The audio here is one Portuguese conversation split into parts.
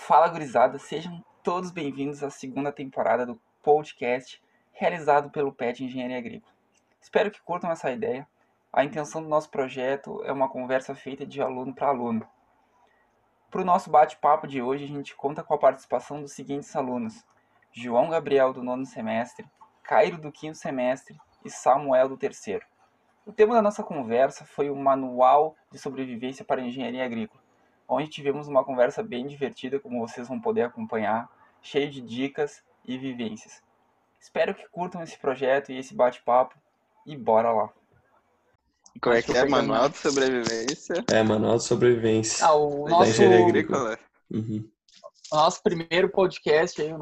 Fala, gurizada, sejam todos bem-vindos à segunda temporada do podcast realizado pelo PET Engenharia Agrícola. Espero que curtam essa ideia. A intenção do nosso projeto é uma conversa feita de aluno para aluno. Para o nosso bate-papo de hoje, a gente conta com a participação dos seguintes alunos: João Gabriel, do 9º semestre, Cairo, do 5º semestre e Samuel, do 3º. O tema da nossa conversa foi o Manual de Sobrevivência para a Engenharia Agrícola, onde tivemos uma conversa bem divertida, como vocês vão poder acompanhar, cheio de dicas e vivências. Espero que curtam esse projeto e esse bate-papo, e bora lá! Como é que é? Manual de sobrevivência? Manual de sobrevivência. O da nosso, engenharia agrícola. o nosso primeiro podcast aí, A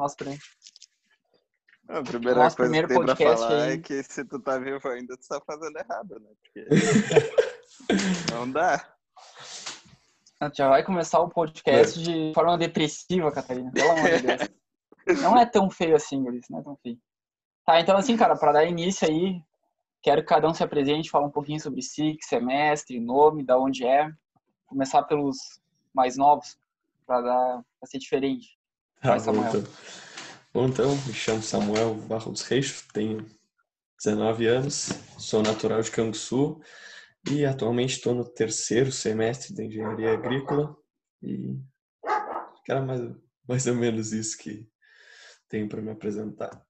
O primeira nosso coisa primeiro que tem pra podcast falar aí. é que se tu tá vivo ainda, tu tá fazendo errado, né? Porque não dá. já vai começar o podcast de forma depressiva, Catarina, pelo amor de Deus. Não é tão feio assim, Guris, não é tão feio. Tá, então assim, cara, para dar início aí, quero que cada um se apresente, fale um pouquinho sobre si, que semestre, nome, da onde é. Começar pelos mais novos, para ser diferente. Vai, Samuel. Então, me chamo Samuel Barro dos Reis, tenho 19 anos, sou natural de Canguçu e atualmente estou no 3º semestre da engenharia agrícola e era mais ou menos isso que tenho para me apresentar.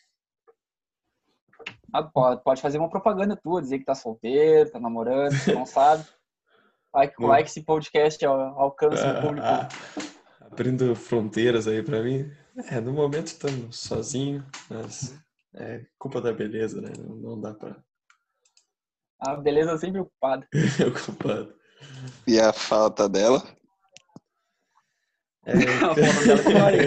Pode fazer uma propaganda tua, dizer que tá solteiro, tá namorando, se não sabe. Vai que esse podcast alcança um público. Abrindo fronteiras aí para mim. No momento estamos sozinho, mas é culpa da beleza, né? Não dá pra... A beleza sempre ocupada. Ocupado. E a falta dela? A falta dela tem hora aí.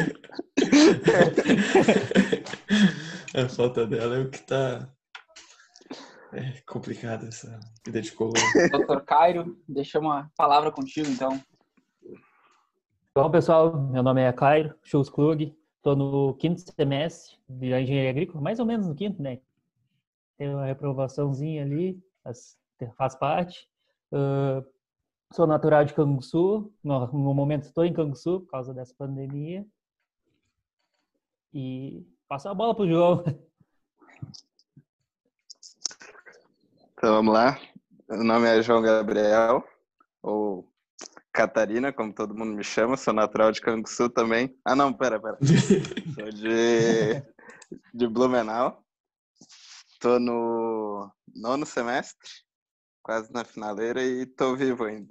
A falta dela é o que tá complicado, essa vida de coluna. Dr. Cairo, deixa uma palavra contigo, então. Bom, pessoal, meu nome é Cairo Schulz-Klug, estou no 5º semestre de engenharia agrícola, mais ou menos no 5º, né? Tem uma reprovaçãozinha ali, faz parte. Sou natural de Canguçu, no momento estou em Canguçu por causa dessa pandemia. E passo a bola pro João. Então vamos lá. Meu nome é João Gabriel, ou Catarina, como todo mundo me chama, sou natural de Canguçu também. Ah não, pera. Sou de Blumenau. Tô no 9º semestre, quase na finaleira e tô vivo ainda.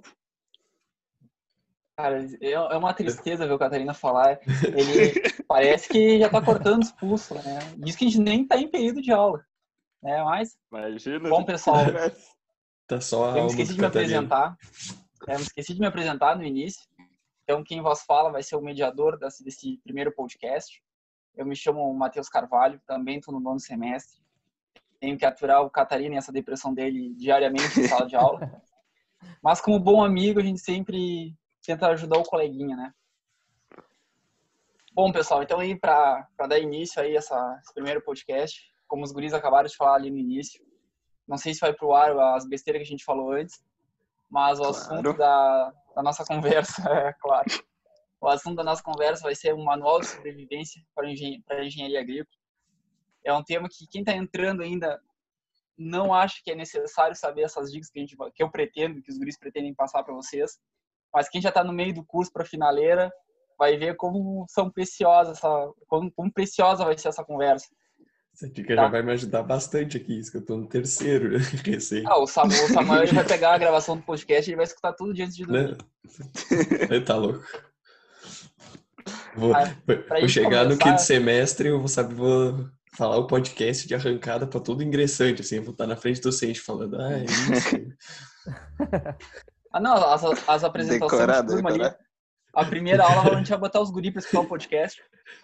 Cara, é uma tristeza ver o Catarina falar. Ele parece que já tá cortando os pulsos, né? Diz que a gente nem tá em período de aula, né? Mas, Imagina. bom, pessoal, Tá só a eu me alma esqueci do de me Catarina. apresentar. Eu me esqueci de me apresentar no início. Então, quem vos fala vai ser o mediador desse primeiro podcast. Eu me chamo Matheus Carvalho, também estou no 9º semestre. Tenho que aturar o Catarina e essa depressão dele diariamente em sala de aula. Mas, como bom amigo, a gente sempre tenta ajudar o coleguinha, né? Bom, pessoal, então aí para dar início aí esse primeiro podcast, como os guris acabaram de falar ali no início, não sei se vai pro ar as besteiras que a gente falou antes, mas o assunto da nossa conversa, claro, o assunto da nossa conversa vai ser um manual de sobrevivência para a engenharia agrícola. É um tema que quem está entrando ainda não acha que é necessário saber essas dicas que eu pretendo, que os guris pretendem passar para vocês, mas quem já está no meio do curso para finaleira vai ver como são preciosas, como preciosa vai ser essa conversa. Essa dica já vai me ajudar bastante aqui, isso que eu tô no 3º recém. O Samuel ele vai pegar a gravação do podcast e ele vai escutar tudo antes de dormir. Ele tá louco. Vou chegar no começar... 5º semestre, eu vou falar o podcast de arrancada para todo ingressante, assim, eu vou estar na frente do docente falando, é isso. Não, as apresentações de turma ali. A primeira aula a gente vai botar os guri para escutar o podcast.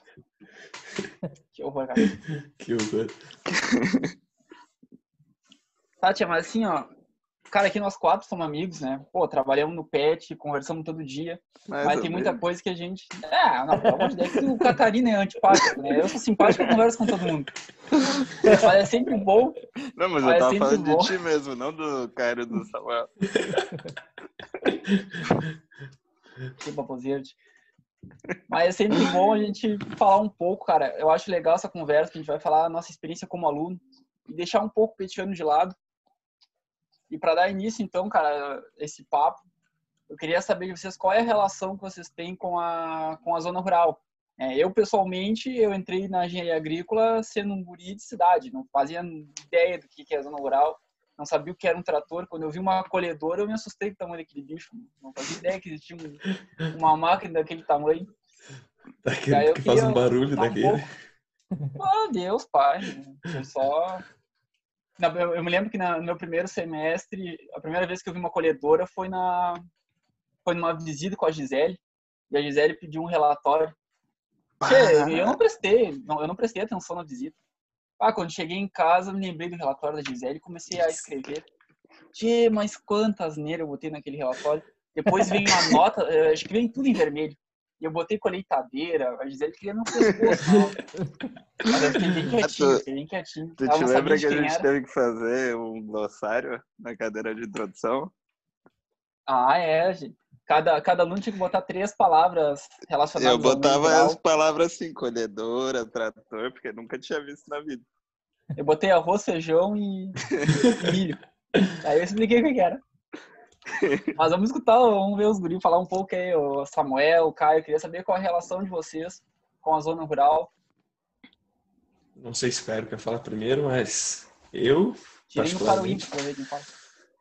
Que horror, cara. Que horror. Tá, tia, mas assim, ó, cara, aqui nós 4 somos amigos, né? Pô, trabalhamos no PET, conversamos todo dia. Mas tem muita coisa que a gente... não, pelo amor de Deus, que o Catarina é antipático, né? Eu sou simpático, eu converso com todo mundo. Mas é sempre bom. Não, mas eu tava falando de ti mesmo, não do Cairo do Samuel. Que baboseiro. Mas é sempre bom a gente falar um pouco, cara. Eu acho legal essa conversa, que a gente vai falar a nossa experiência como aluno e deixar um pouco o petiano de lado. E para dar início, então, cara, esse papo, eu queria saber de vocês qual é a relação que vocês têm com a zona rural. Eu, pessoalmente, eu entrei na engenharia agrícola sendo um guri de cidade, não fazia ideia do que é a zona rural, não sabia o que era um trator. Quando eu vi uma colhedora, eu me assustei com o tamanho daquele bicho, não fazia ideia que existia uma máquina daquele tamanho. E Daquele aí eu que faz queria um barulho falar um daquele. pouco. Oh, Deus, pai. Eu só. Eu me lembro que no meu primeiro semestre, a primeira vez que eu vi uma colhedora foi numa visita com a Gisele. E a Gisele pediu um relatório. Tchê, eu não prestei atenção na visita. Quando cheguei em casa, me lembrei do relatório da Gisele e comecei a escrever. Tchê, mas quantas asneira eu botei naquele relatório. Depois vem a nota, acho que vem tudo em vermelho. E eu botei colheitadeira, a Gisele queria meu pescoço na aula. Mas eu fiquei bem quietinho, fiquei bem quietinho. Tu Ela te não sabia lembra de que a quem gente era. teve que fazer um glossário na cadeira de introdução? Gente. Cada aluno tinha que botar 3 palavras Eu relacionadas ao meio botava as rural. palavras assim, colhedora, trator, porque nunca tinha visto na vida. Eu botei arroz, feijão e milho. Aí eu expliquei o que era. Mas vamos escutar, vamos ver os guris falar um pouco aí, o Samuel, o Caio. Eu queria saber qual a relação de vocês com a zona rural. Não sei se o Caio quer falar primeiro, mas eu, Tirei no para o particularmente, ímpar pra ver quem fala.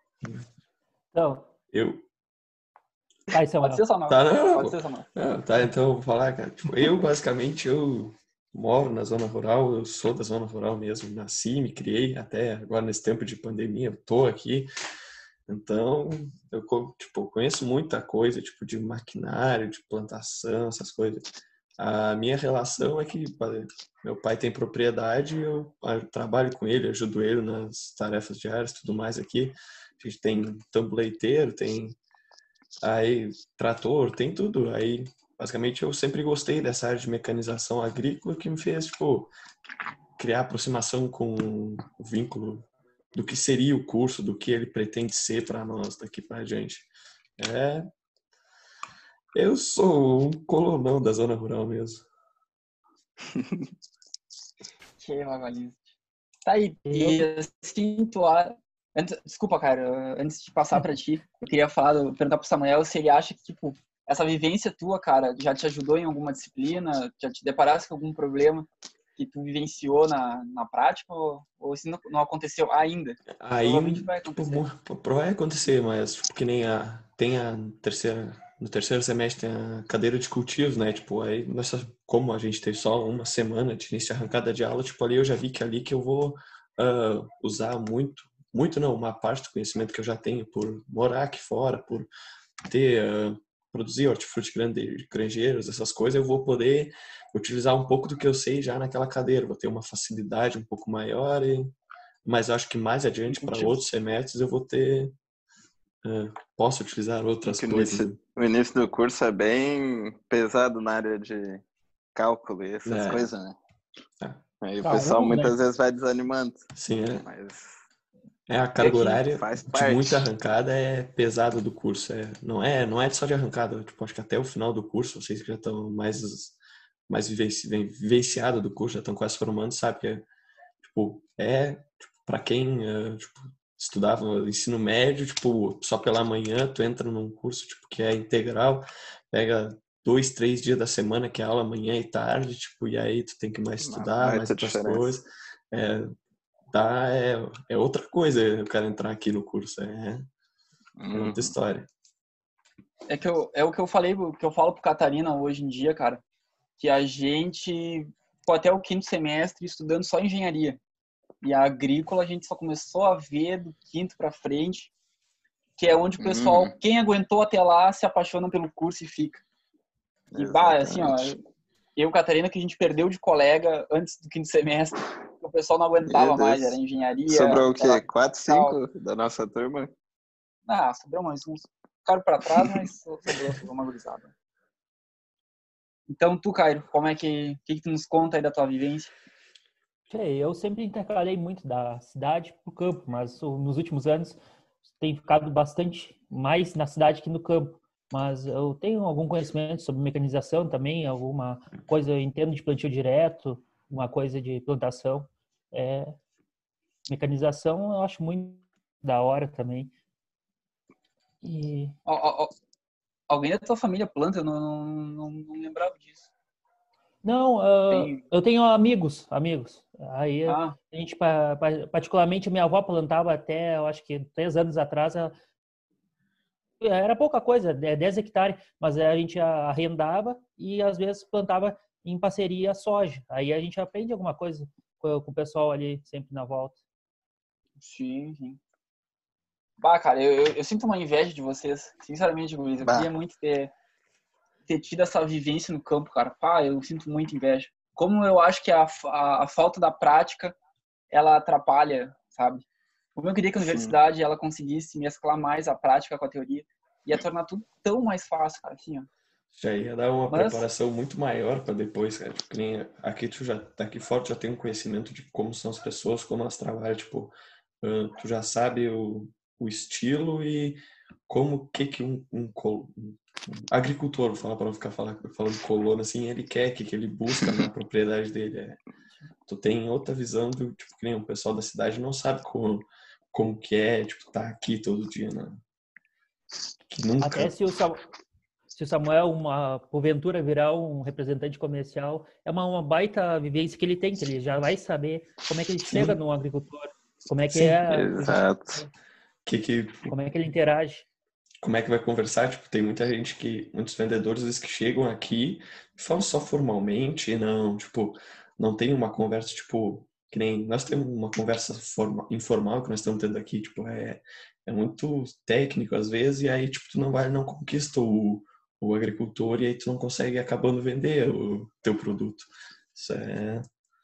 Então, eu... vai, Pode Samuel. ser, Samuel. Tá, não, Pode não. ser, Samuel. Tá, então eu vou falar, cara. Tipo, basicamente, eu moro na zona rural, eu sou da zona rural mesmo, nasci, me criei, até agora nesse tempo de pandemia, eu tô aqui. Então, eu conheço muita coisa, tipo, de maquinário, de plantação, essas coisas. A minha relação é que meu pai tem propriedade, eu trabalho com ele, ajudo ele nas tarefas diárias, tudo mais aqui. A gente tem tambo leiteiro, tem aí trator, tem tudo. Aí, basicamente, eu sempre gostei dessa área de mecanização agrícola que me fez, tipo, criar aproximação com o vínculo do que seria o curso, do que ele pretende ser para nós daqui para diante. É, eu sou um colonão da zona rural mesmo. Que vagalize. Tá aí. Eu, E assim, desculpa, cara, antes de passar pra ti, eu queria perguntar pro Samuel se ele acha que, tipo, essa vivência tua, cara, já te ajudou em alguma disciplina, já te deparasse com algum problema que tu vivenciou na prática, ou se não aconteceu ainda? Provavelmente Aí, vai tipo, acontecer. vai acontecer, mas tipo, que nem tem no terceiro semestre tem a cadeira de cultivos, né? Tipo, aí como a gente teve só uma semana de início de arrancada de aula, tipo, ali eu já vi que ali que eu vou usar muito não, uma parte do conhecimento que eu já tenho por morar aqui fora, por ter produzir hortifruti granjeiros, essas coisas, eu vou poder utilizar um pouco do que eu sei já naquela cadeira, vou ter uma facilidade um pouco maior mas eu acho que mais Em adiante para cultivos. outros semestres eu vou ter posso utilizar outras Que coisas, né? o início do curso é bem pesado na área de cálculo e essas É, coisas, né? é, Aí o pra pessoal alguns, né? muitas vezes vai desanimando, sim, mas a É carga que horária faz de muita parte. arrancada é pesada do curso, não é só de arrancada, tipo, acho que até o final do curso, vocês que já estão mais vivenciado do curso, já estão quase formando, sabe que tipo, para quem tipo, estudava no ensino médio, tipo, só pela manhã tu entra num curso tipo, que é integral, pega 2, 3 dias da semana que é aula manhã e tarde, tipo, e aí tu tem que mais Uma estudar, mais baita outras diferença. coisas. É, é outra coisa eu quero entrar aqui no curso, é outra Uhum. história. é o que eu falei, o que eu falo pro Catarina hoje em dia, cara, que a gente ficou até o 5º semestre estudando só engenharia. E a agrícola a gente só começou a ver do 5º para frente, que é onde o pessoal, Uhum. quem aguentou até lá, se apaixona pelo curso e fica. E, assim, ó, Exatamente. eu e o Catarina, que a gente perdeu de colega antes do 5º semestre, o pessoal não Meu aguentava mais, era Deus. engenharia, Sobrou o quê? era 4, cálculo. 5 da nossa turma? Sobrou mais uns. Ficaram para trás, mas sobrou uma gurizada. Então, tu, Cairo, como é que tu nos conta aí da tua vivência? Eu sempre intercalei muito da cidade para o campo, mas nos últimos anos tenho ficado bastante mais na cidade que no campo. mas eu tenho algum conhecimento sobre mecanização também, alguma coisa, eu entendo de plantio direto, uma coisa de plantação. Mecanização eu acho muito da hora também. E Alguém da tua família planta? Eu não lembrava disso. não, Tem... eu tenho amigos. Aí Ah, a gente, particularmente, minha avó plantava até, eu acho que 3 anos atrás, era pouca coisa, 10 hectares, mas a gente arrendava e às vezes plantava em parceria soja. Aí a gente aprende alguma coisa com o pessoal ali sempre na volta. sim, sim. Bah, cara, eu sinto uma inveja de vocês, sinceramente, Luiz. Eu queria Bah, muito ter tido essa vivência no campo, cara. Pá, eu sinto muita inveja. Como eu acho que a falta da prática, ela atrapalha, sabe? Como eu queria que a sim. universidade ela conseguisse mesclar mais a prática com a teoria, ia tornar tudo tão mais fácil, cara, assim, ó. Já ia dar uma Mas, preparação muito maior para depois, cara. Tipo, que nem aqui tu já tá aqui fora, tu já tem um conhecimento de como são as pessoas, como elas trabalham, tipo, tu já sabe o estilo e como que um agricultor, vou falar para não ficar falando colono assim, ele quer, que ele busca na propriedade dele. Tu tem outra visão do, tipo, que nem o pessoal da cidade não sabe como que é, tipo, tá aqui todo dia, né? Que Até nunca. se o Samuel, porventura, virar um representante comercial, é uma baita vivência que ele tem, que ele já vai saber como é que ele chega Sim, no agricultor, como é que sim. é, Exato. Tipo, como é que ele interage. como é que vai conversar? Tipo, tem muitos vendedores às vezes, que chegam aqui e falam só formalmente, não, tipo, não tem uma conversa, tipo, que nem nós temos uma conversa informal que nós estamos tendo aqui, tipo, é muito técnico às vezes, e aí, tipo, tu não conquista o agricultor e aí tu não consegue acabando vender o teu produto. Isso é,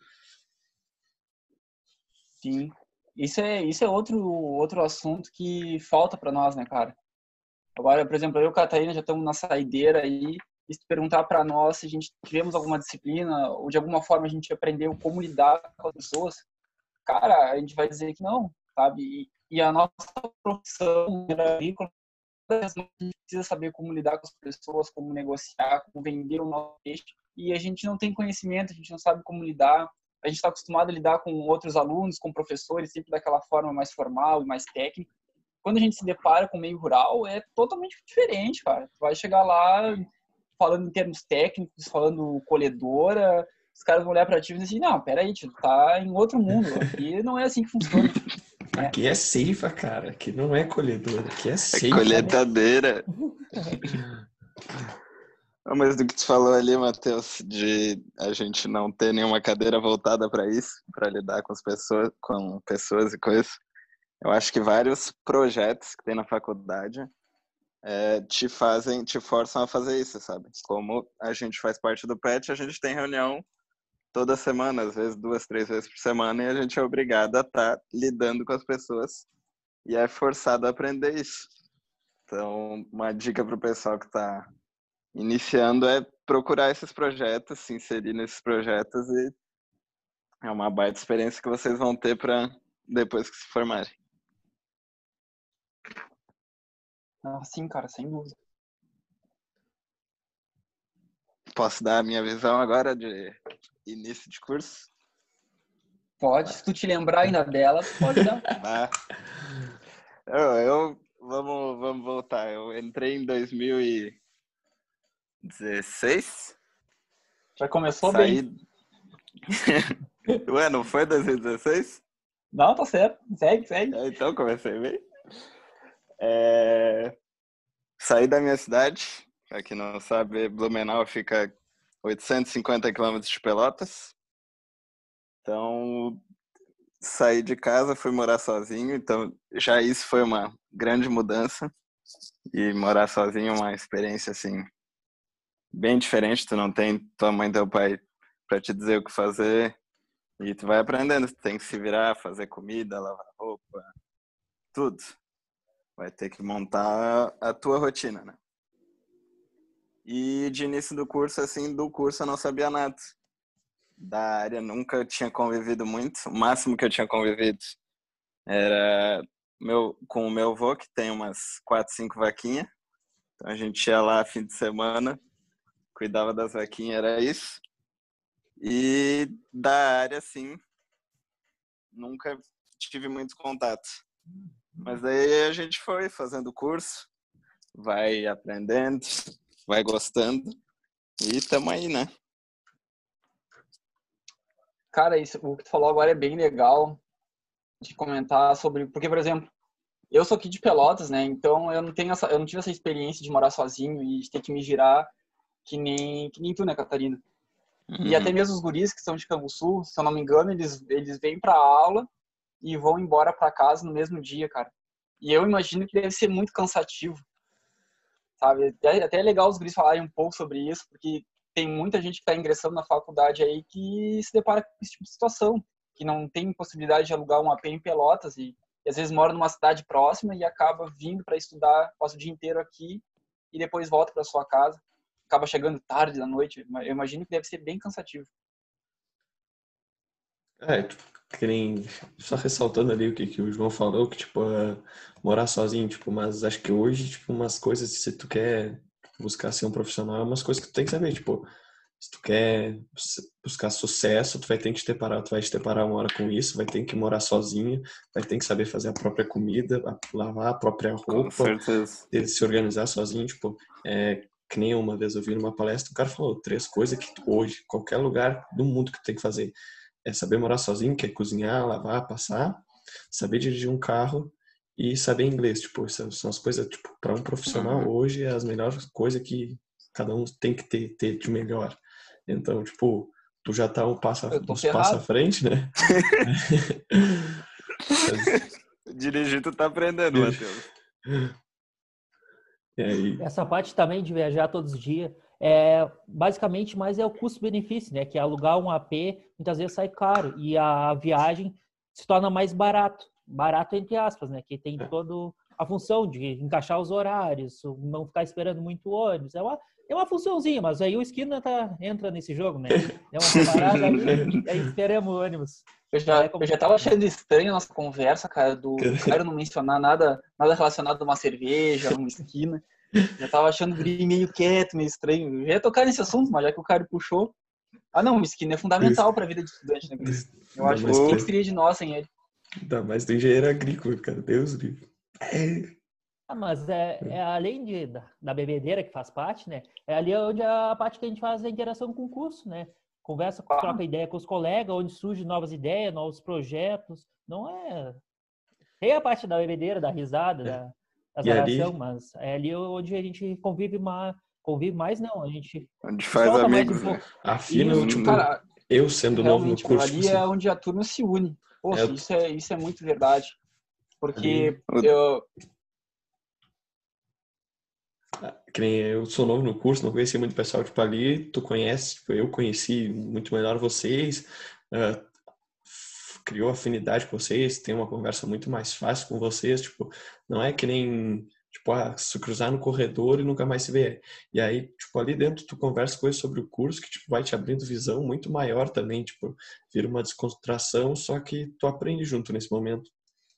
sim, isso é outro assunto que falta para nós, né, cara? Agora, por exemplo, eu e o Catarina já estamos na saideira aí, e se perguntar para nós se a gente tivemos alguma disciplina ou de alguma forma a gente aprendeu como lidar com as pessoas, cara, a gente vai dizer que não, sabe? E a nossa profissão agrícola, a gente precisa saber como lidar com as pessoas, como negociar, como vender o nosso peixe, e a gente não tem conhecimento, a gente não sabe como lidar. A gente está acostumado a lidar com outros alunos, com professores, sempre daquela forma mais formal e mais técnica. Quando a gente se depara com o meio rural, é totalmente diferente, cara. Tu vai chegar lá falando em termos técnicos, falando colhedora, os caras vão olhar pra ti e dizer assim, não, peraí, tu tá em outro mundo, aqui não é assim que funciona. Né? aqui é ceifa, cara, aqui não é colhedor, aqui é É ceifa. colheitadeira. Mas do que tu falou ali, Matheus, de a gente não ter nenhuma cadeira voltada para isso, para lidar com pessoas e coisas, eu acho que vários projetos que tem na faculdade te forçam a fazer isso, sabe? Como a gente faz parte do PET, a gente tem reunião toda semana, às vezes 2, 3 vezes por semana, e a gente é obrigado a estar lidando com as pessoas e é forçado a aprender isso. Então, uma dica para o pessoal que está iniciando é procurar esses projetos, se inserir nesses projetos e é uma baita experiência que vocês vão ter para depois que se formarem. Ah, sim, cara, sem dúvida. Posso dar a minha visão agora de início de curso? Pode, se tu te lembrar ainda dela, tu pode dar. Ah, vamos voltar. Eu entrei em 2016, Já começou bem. saí. Ué, não foi 2016? Não, tá certo. Segue, segue. Então comecei bem. Saí da minha cidade, pra quem não sabe, Blumenau fica 850 quilômetros de Pelotas. Então, saí de casa, fui morar sozinho. Então, já isso foi uma grande mudança. E morar sozinho é uma experiência, assim, bem diferente. Tu não tem tua mãe e teu pai pra te dizer o que fazer. E tu vai aprendendo. Tu tem que se virar, fazer comida, lavar roupa, tudo. Vai ter que montar a tua rotina, né? E de início do curso, assim, do curso eu não sabia nada. Da área nunca tinha convivido muito. O máximo que eu tinha convivido era com o meu avô, que tem umas 4, 5 vaquinhas. Então a gente ia lá fim de semana, cuidava das vaquinhas, era isso. E da área, assim, nunca tive muitos contatos. Mas daí a gente foi fazendo curso, vai aprendendo, vai gostando e tamo aí, né? Cara, isso, o que tu falou agora é bem legal de comentar sobre... Porque, por exemplo, eu sou aqui de Pelotas, né? Então eu não tive essa experiência de morar sozinho e de ter que me girar que nem tu, né, Catarina? E até mesmo os guris que são de Canguçu, se eu não me engano, eles vêm pra aula e vão embora pra casa no mesmo dia, cara. E eu imagino que deve ser muito cansativo, sabe? Até é legal os guris falarem um pouco sobre isso, porque tem muita gente que está ingressando na faculdade aí que se depara com esse tipo de situação, que não tem possibilidade de alugar um AP em Pelotas e às vezes mora numa cidade próxima e acaba vindo para estudar, passa o dia inteiro aqui e depois volta para sua casa, acaba chegando tarde da noite. Eu imagino que deve ser bem cansativo. Tipo, que nem, só ressaltando ali o que o João falou, que, tipo, morar sozinho, tipo, mas acho que hoje, tipo, umas coisas, se tu quer buscar ser um profissional, é umas coisas que tu tem que saber, tipo, se tu quer buscar sucesso, tu vai ter que te deparar uma hora com isso, vai ter que morar sozinho, vai ter que saber fazer a própria comida, lavar a própria Com roupa, certeza. se organizar sozinho, tipo, que nem uma vez eu vi numa palestra, o cara falou 3 coisas que hoje, qualquer lugar do mundo que tu tem que fazer. É saber morar sozinho, que é cozinhar, lavar, passar, saber dirigir um carro e saber inglês. Tipo, são as coisas, tipo, para um profissional hoje, é as melhores coisas que cada um tem que ter de melhor. Então, tipo, tu já tá Eu tô uns passos à ferrado. frente, né? Dirigir tu tá aprendendo, Matheus. E aí, Essa parte também de viajar todos os dias, basicamente mais é o custo-benefício, né? Que alugar um AP muitas vezes sai caro e a viagem se torna mais barato entre aspas, né? Que tem toda a função de encaixar os horários, não ficar esperando muito ônibus. É uma funçãozinha, mas aí o esquina entra nesse jogo, né? É uma parada ali e aí esperamos o ônibus. Eu já tava achando estranho a nossa conversa, cara, do Caio não mencionar nada relacionado a uma cerveja, uma esquina. Já tava achando o guri meio quieto, meio estranho. Eu ia tocar nesse assunto, mas já que o Caio puxou. Ah, não, esquina é fundamental pra vida de estudante, né, guri? Eu acho que o que seria de nós sem ele? ainda mais do engenheiro agrícola, cara. Deus livre. Mas além da bebedeira que faz parte, né? É ali onde a parte que a gente faz a interação com o curso, né? Conversa, troca ideia com os colegas, onde surgem novas ideias, novos projetos. Não é... Tem a parte da bebedeira, da risada, da zaração, mas é ali onde a gente convive mais não, a gente Onde se faz solta mais um amigos, né? pouco. Afina, Isso, tipo, Cara, eu sendo novo no realmente, meu, curso, tipo ali assim, é onde a turma se une. Poxa, isso é muito verdade. Porque ali, que nem eu sou novo no curso, não conheci muito pessoal, tipo, ali tu conhece, tipo, eu conheci muito melhor vocês, criou afinidade com vocês, tem uma conversa muito mais fácil com vocês, tipo, não é que nem, tipo, se cruzar no corredor e nunca mais se vê. E aí, tipo, ali dentro tu conversa coisas sobre o curso que, tipo, vai te abrindo visão muito maior também, tipo, vira uma descontração, só que tu aprende junto nesse momento.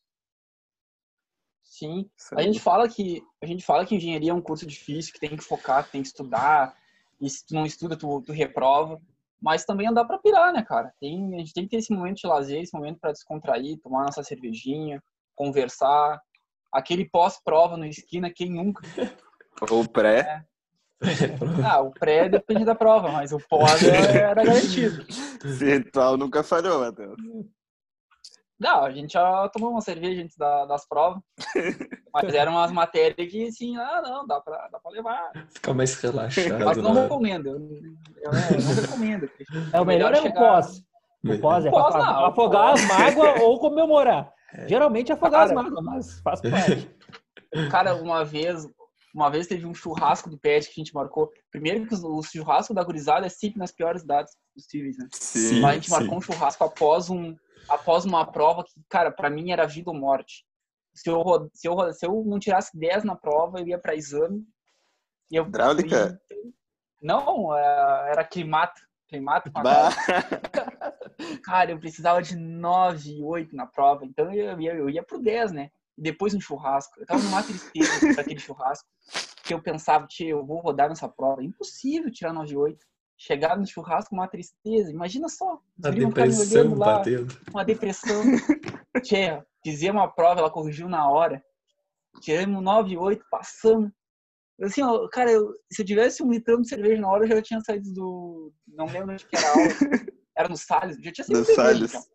sim, a gente fala que engenharia é um curso difícil, que tem que focar, que tem que estudar, e se tu não estuda, tu reprova. Mas também não dá pra pirar, né, cara? A gente tem que ter esse momento de lazer, esse momento pra descontrair, tomar nossa cervejinha, conversar. Aquele pós-prova na esquina, quem nunca? Ou pré. O pré depende da prova, mas o pós era garantido. Esse ritual nunca falhou, Matheus. Não, a gente já tomou uma cerveja antes das provas, mas eram umas matérias que, assim, não, dá pra levar. Ficar mais relaxado. Mas não recomendo, eu não recomendo. O melhor é o pós. O pós é para afogar as mágoas ou comemorar. Geralmente afogar as mágoas, mas faz parte. Cara, uma vez teve um churrasco do PET que a gente marcou. Primeiro que o churrasco da gurizada é sempre nas piores datas possíveis, né? Sim, mas a gente marcou um churrasco após uma prova que, cara, pra mim era vida ou morte. Se eu não tirasse 10 na prova, eu ia pra exame. Hidráulica? Não, era climato com a Cara, eu precisava de 9, 8 na prova, então eu ia pro 10, né? E depois um churrasco. Eu tava numa tristeza pra aquele churrasco. que eu pensava, eu vou rodar nessa prova. É impossível tirar 9,8. Chegar no churrasco, uma tristeza. Imagina só, os A gringos vão ficar me depressão olhando lá, batendo. uma depressão. Fizemos uma prova, ela corrigiu na hora. Tiramos 9,8, passamos. Assim, ó, cara, se eu tivesse 1 litrão de cerveja na hora, eu já tinha saído do... Não lembro onde que era a aula. Era no Salles, já tinha saído Do do cerveja. Salles.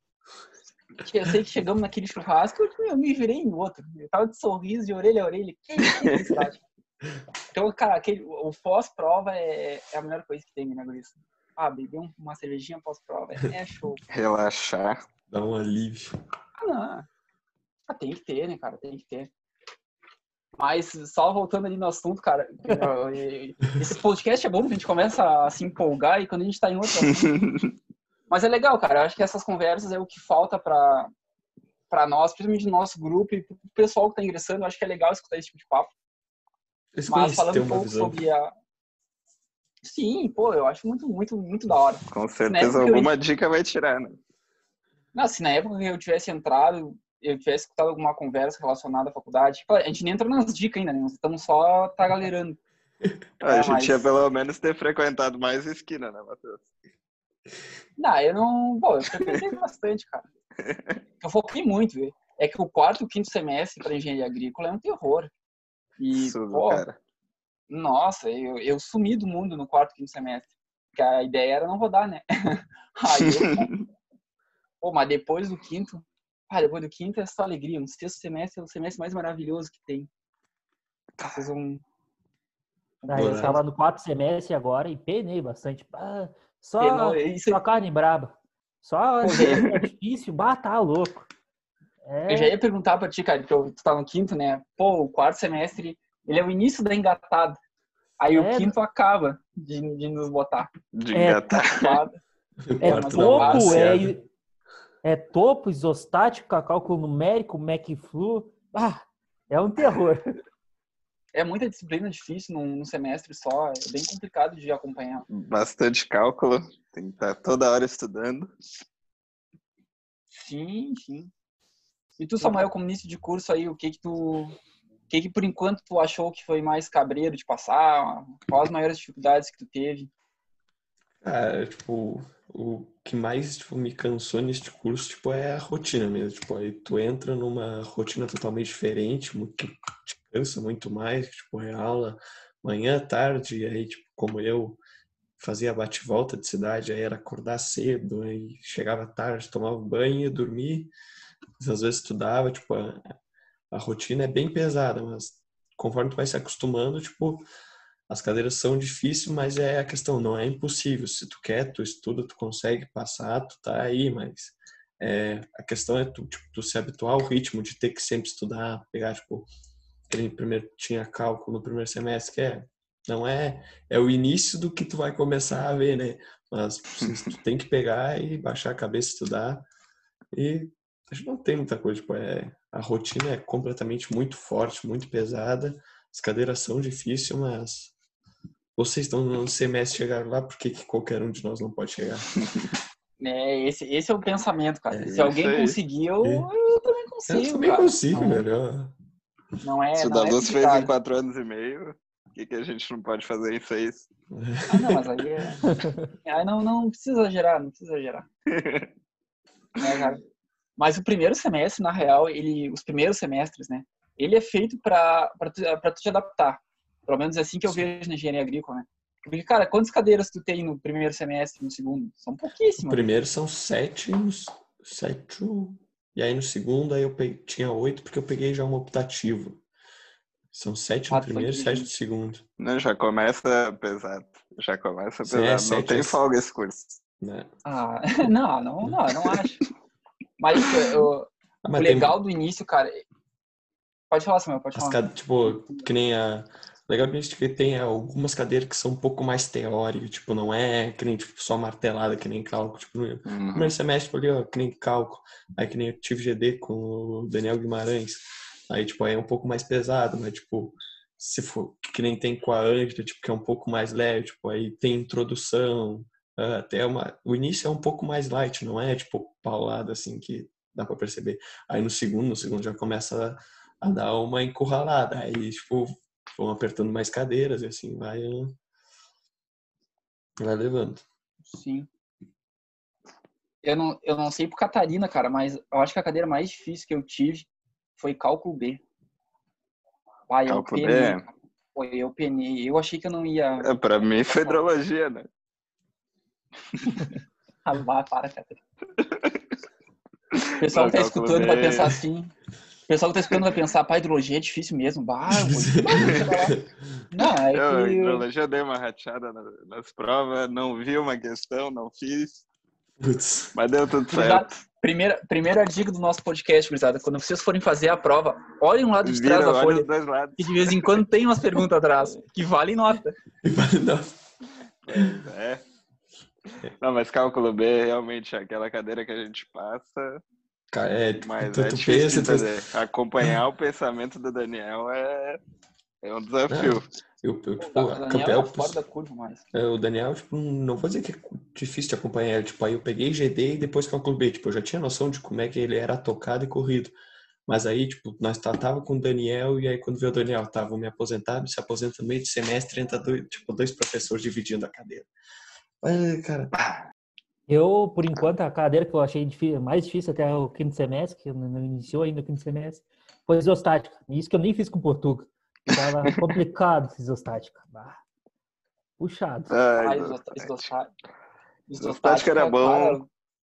Eu sei que chegamos naquele churrasco, eu me virei em outro. Eu tava de sorriso, de orelha a orelha. Que felicidade. Então, cara, o pós-prova é a melhor coisa que tem, né, Guris? Beber uma cervejinha pós-prova é show. Relaxar. Dá um alívio. Não. Tem que ter, né, cara? Tem que ter. Mas só voltando ali no assunto, cara, esse podcast é bom, a gente começa a se empolgar e quando a gente tá em outro assunto. Mas é legal, cara. Eu acho que essas conversas é o que falta pra nós, principalmente no nosso grupo e pro pessoal que tá ingressando. Eu acho que é legal escutar esse tipo de papo. Mas falando um pouco sobre a... Sim, pô, eu acho muito, muito, muito da hora. Com certeza alguma dica vai tirar, né? Não, se na época que eu tivesse entrado, eu tivesse escutado alguma conversa relacionada à faculdade, a gente nem entra nas dicas ainda, né? Nós estamos só tagalerando. A gente ia pelo menos ter frequentado mais esquina, né, Matheus? Não, eu frequentei bastante, cara. Eu foquei muito, velho. É que o 4º e o 5º semestre para engenharia agrícola é um terror. E, cara. Nossa, eu sumi do mundo no 4º e 5º semestre. Porque a ideia era não rodar, né? Aí mas depois do 5º, depois do 5º é só alegria. No 6º semestre é o semestre mais maravilhoso que tem. Vocês vão... Eu tava no 4º semestre agora e penei bastante. Só carne braba. Só é difícil, tá louco. Eu já ia perguntar pra ti, cara, que tu tá no 5º, né? Pô, o 4º semestre, ele é o início da engatada. Aí o 5º acaba de nos botar. De engatar. É topo, isostático, cálculo numérico, McFlu. É um terror. É muita disciplina difícil num semestre só. É bem complicado de acompanhar. Bastante cálculo. Tem que estar toda hora estudando. Sim. E tu, Samuel, como início de curso aí, o que por enquanto tu achou que foi mais cabreiro de passar? Quais as maiores dificuldades que tu teve? Cara, o que mais me cansou neste curso, é a rotina mesmo. Aí tu entra numa rotina totalmente diferente, que te cansa muito mais, é aula manhã, tarde, e aí, como eu fazia bate-volta de cidade, aí era acordar cedo, aí chegava tarde, tomava banho, ia dormir, às vezes estudava, a rotina é bem pesada, mas conforme tu vai se acostumando, as cadeiras são difíceis, mas é a questão, não é impossível. Se tu quer, tu estuda, tu consegue passar, tu tá aí, mas a questão é tu se habituar ao ritmo de ter que sempre estudar, pegar, primeiro tinha cálculo no primeiro semestre, não é o início do que tu vai começar a ver, né? Mas tu tem que pegar e baixar a cabeça, estudar, e acho que não tem muita coisa, a rotina é completamente muito forte, muito pesada, as cadeiras são difíceis, mas vocês estão no semestre, chegaram lá, por que qualquer um de nós não pode chegar? Esse é o pensamento, cara. Se alguém conseguiu, eu também consigo, eu também consigo, velho. Não é. Se o Davi fez em 4 anos e meio, o que a gente não pode fazer em 6? Não, mas aí aí não precisa exagerar, né, cara? Mas o primeiro semestre, na real, os primeiros semestres, né? Ele é feito pra tu te adaptar. Pelo menos é assim que eu vejo na engenharia agrícola, né? Porque, cara, quantas cadeiras tu tem no primeiro semestre, no segundo? São pouquíssimas. No primeiro são 7, e aí no segundo aí eu tinha 8 porque eu peguei já uma optativa. São 7 no primeiro e 7 no segundo. Não, já começa pesado. Não tem folga esse curso. Né? Não acho. Mas o legal do início, cara... Pode falar, Samuel, pode falar. Que nem legal que a gente tem algumas cadeiras que são um pouco mais teóricas, não é que nem só martelada, que nem cálculo. No primeiro semestre ali, que nem cálculo. Aí que nem eu tive GD com o Daniel Guimarães. Aí, aí é um pouco mais pesado, mas, se for que nem tem com a Ângela, que é um pouco mais leve, aí tem introdução, o início é um pouco mais light, não é, paulada, assim, que dá pra perceber. Aí no segundo já começa a dar uma encurralada, aí, vão apertando mais cadeiras e assim vai levando. Sim. Eu não sei por Catarina, cara, mas eu acho que a cadeira mais difícil que eu tive foi cálculo B. Pai, eu Cálculo penei. B. Foi, eu penei. Eu achei que eu não ia. Pra mim foi hidrologia, né? Ah, vá, para, Catarina. O pessoal que tá Cálculo escutando vai B. pensar assim. O pessoal que tá escutando vai pensar, pá, hidrologia é difícil mesmo. Bah, eu vou estudar pra chegar lá. Não, é que. Hidrologia eu dei uma rachada nas provas, não vi uma questão, não fiz, Putz. mas deu tudo Gurizada, certo. primeira dica do nosso podcast, gurizada. Quando vocês forem fazer a prova, olhem o lado de trás da Olha folha. os dois lados. Que de vez em quando tem umas perguntas atrás, que valem nota. Pois é. Não, mas cálculo B realmente é aquela cadeira que a gente passa, mas tu difícil pensa, de entender. Acompanhar o pensamento do Daniel é um desafio. O Daniel é fora da curva, mas... O Daniel, tipo, não vou dizer que é difícil de acompanhar. Tipo, aí eu peguei GD e depois cálculo B. Tipo, eu já tinha noção de como é que ele era tocado e corrido. Mas aí, tipo, nós tava com o Daniel e aí quando veio o Daniel, vou me aposentar, se aposenta no meio de semestre, entra dois professores dividindo a cadeira. Ai, cara. Eu, por enquanto, a cadeira que eu achei mais difícil até o quinto semestre, que não iniciou ainda o quinto semestre, foi isostática. Isso que eu nem fiz com Portuga. Tava complicado isostática. Puxado. Isostática era bom. Cara...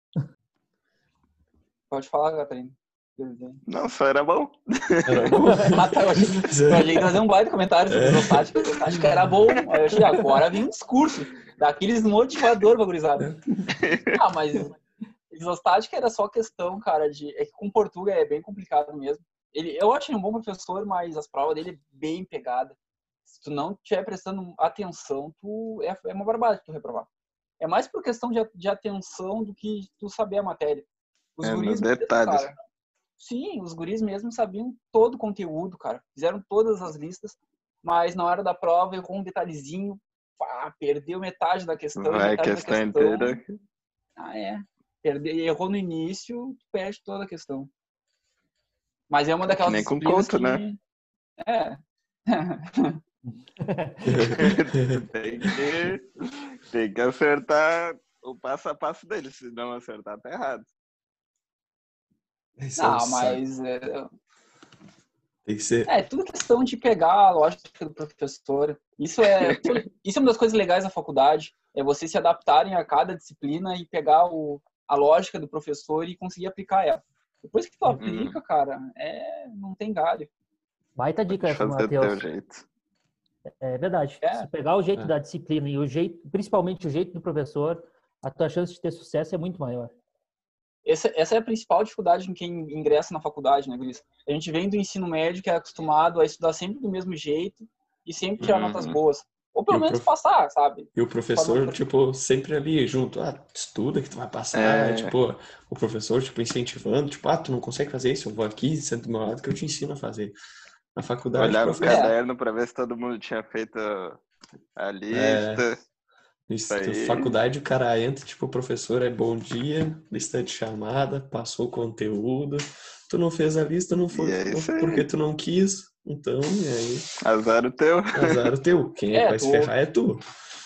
Pode falar, Catarina. Não, só era bom. Era bom. Eu achei que fazer um baita comentário sobre isostática. Isostática era bom. Aí eu achei, agora vem um discurso daqueles motivador valorizado. Mas isostática era só questão, cara, é que com Portuga é bem complicado mesmo. Eu achei um bom professor, mas as provas dele é bem pegada. Se tu não estiver prestando atenção, é uma barbada tu reprovar. É mais por questão de atenção do que tu saber a matéria. Os guris mesmo, cara. Sim, os guris mesmo sabiam todo o conteúdo, cara. Fizeram todas as listas, mas na hora da prova errou um detalhezinho, perdeu metade da questão. Vai a questão inteira. Errou no início, perde toda a questão. Mas é uma daquelas nem com disciplinas conto, que... né? tem que acertar o passo a passo dele, se não acertar, tá errado. Mas tem que ser. É tudo questão de pegar a lógica do professor. Isso é uma das coisas legais da faculdade, é vocês se adaptarem a cada disciplina e pegar a lógica do professor e conseguir aplicar ela. Depois que tu aplica, cara, não tem galho. Baita dica essa, Matheus. É verdade. Se pegar o jeito da disciplina e principalmente o jeito do professor, a tua chance de ter sucesso é muito maior. Essa é a principal dificuldade em quem ingressa na faculdade, né, Gris? A gente vem do ensino médio que é acostumado a estudar sempre do mesmo jeito e sempre tirar notas boas. Ou pelo menos passar, sabe? E o professor, tipo, sempre ali junto. Estuda que tu vai passar. Tipo, o professor, tipo, incentivando. Tipo, tu não consegue fazer isso? Eu vou aqui, senta do meu lado que eu te ensino a fazer. Na faculdade, olhava o caderno pra ver se todo mundo tinha feito a lista. Faculdade, o cara entra, tipo, o professor é bom dia, lista de chamada, passou o conteúdo. Tu não fez a lista, não foi porque tu não quis. Então, e aí? Azar o teu. Azar o teu. Quem vai se ferrar é tu.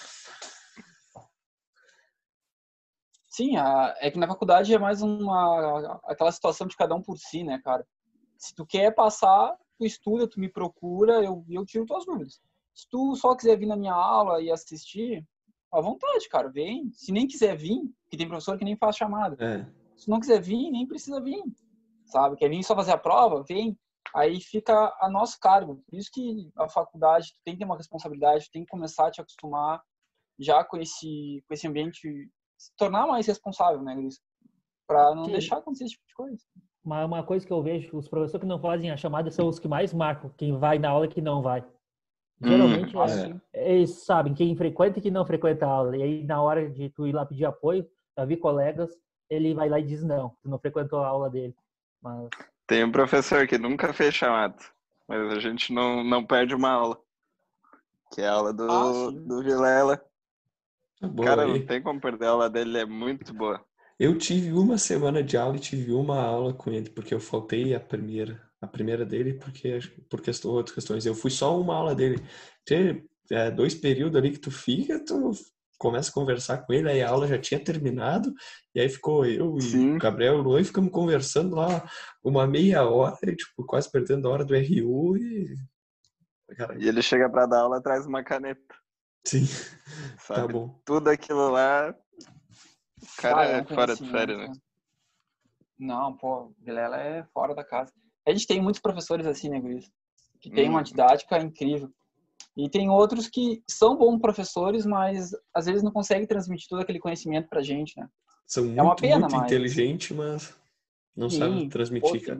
Sim, é que na faculdade é mais aquela situação de cada um por si, né, cara? Se tu quer passar, tu estuda, tu me procura, eu tiro tuas dúvidas. Se tu só quiser vir na minha aula e assistir, à vontade, cara, vem. Se nem quiser vir, que tem professor que nem faz chamada. Se não quiser vir, nem precisa vir, sabe? Quer vir só fazer a prova? Vem. Aí fica a nosso cargo. Por isso que a faculdade tu tem que ter uma responsabilidade, tu tem que começar a te acostumar já com esse ambiente, se tornar mais responsável, né, Luiz? Pra não deixar acontecer esse tipo de coisa. Uma coisa que eu vejo, os professores que não fazem a chamada são os que mais marcam quem vai na aula e quem não vai. Geralmente, eles sabem quem frequenta e quem não frequenta a aula. E aí, na hora de tu ir lá pedir apoio, já vi colegas, ele vai lá e diz não, tu não frequentou a aula dele. Mas... Tem um professor que nunca fez chamada, mas a gente não perde uma aula. Que é a aula do Vilela. Cara, não tem como perder a aula dele, é muito boa. Eu tive uma semana de aula e tive uma aula com ele, porque eu faltei a primeira. a primeira dele por outras questões. Eu fui só uma aula dele. Tem 2 períodos ali que tu fica, tu começa a conversar com ele, aí a aula já tinha terminado, e aí ficou eu e o Sim. Gabriel e o Luan, ficamos conversando lá uma meia hora, e, tipo, quase perdendo a hora do RU e... Cara, E ele chega pra dar aula, traz uma caneta. sim, tá Sabe? bom. Tudo aquilo lá, o cara É é um fora de série, conhecimento. né? Não, pô, Vilela é fora da casa. A gente tem muitos professores assim, né, Guris? Que tem uma Hum. didática incrível. E tem outros que são bons professores, mas às vezes não conseguem transmitir todo aquele conhecimento pra gente, né? São É uma muito, pena, muito mas inteligentes, mas não sabem sim, pô, transmitir, cara.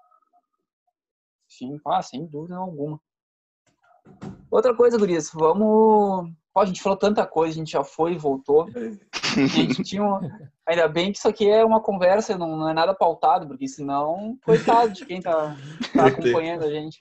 sim, sem dúvida alguma. Outra coisa, Gurias, vamos... Pô, a gente falou tanta coisa, a gente já foi e voltou. A gente tinha Ainda bem que isso aqui é uma conversa, não é nada pautado, porque senão, coitado de quem tá acompanhando a gente.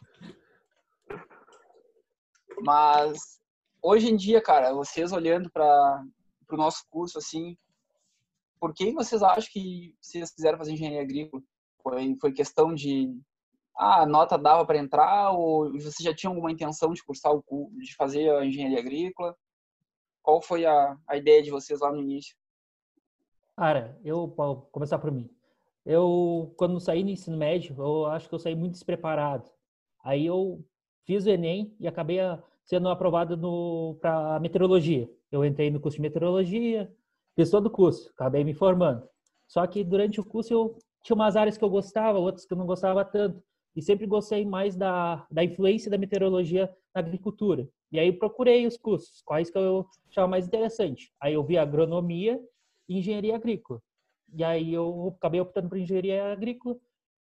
Mas hoje em dia, cara, vocês olhando para o nosso curso, assim, por que vocês acham que vocês quiseram fazer engenharia agrícola? Foi questão de a nota dava para entrar, ou vocês já tinham alguma intenção de cursar de fazer a engenharia agrícola? Qual foi a ideia de vocês lá no início? Cara, vou começar por mim. Quando saí no ensino médio, eu acho que eu saí muito despreparado. Aí eu fiz o Enem e acabei sendo aprovado para meteorologia. Eu entrei no curso de meteorologia, fiz todo o curso, acabei me formando. Só que durante o curso eu tinha umas áreas que eu gostava, outras que eu não gostava tanto. E sempre gostei mais da influência da meteorologia na agricultura. E aí procurei os cursos, quais que eu achava mais interessante. Aí eu vi agronomia e engenharia agrícola. E aí eu acabei optando por engenharia agrícola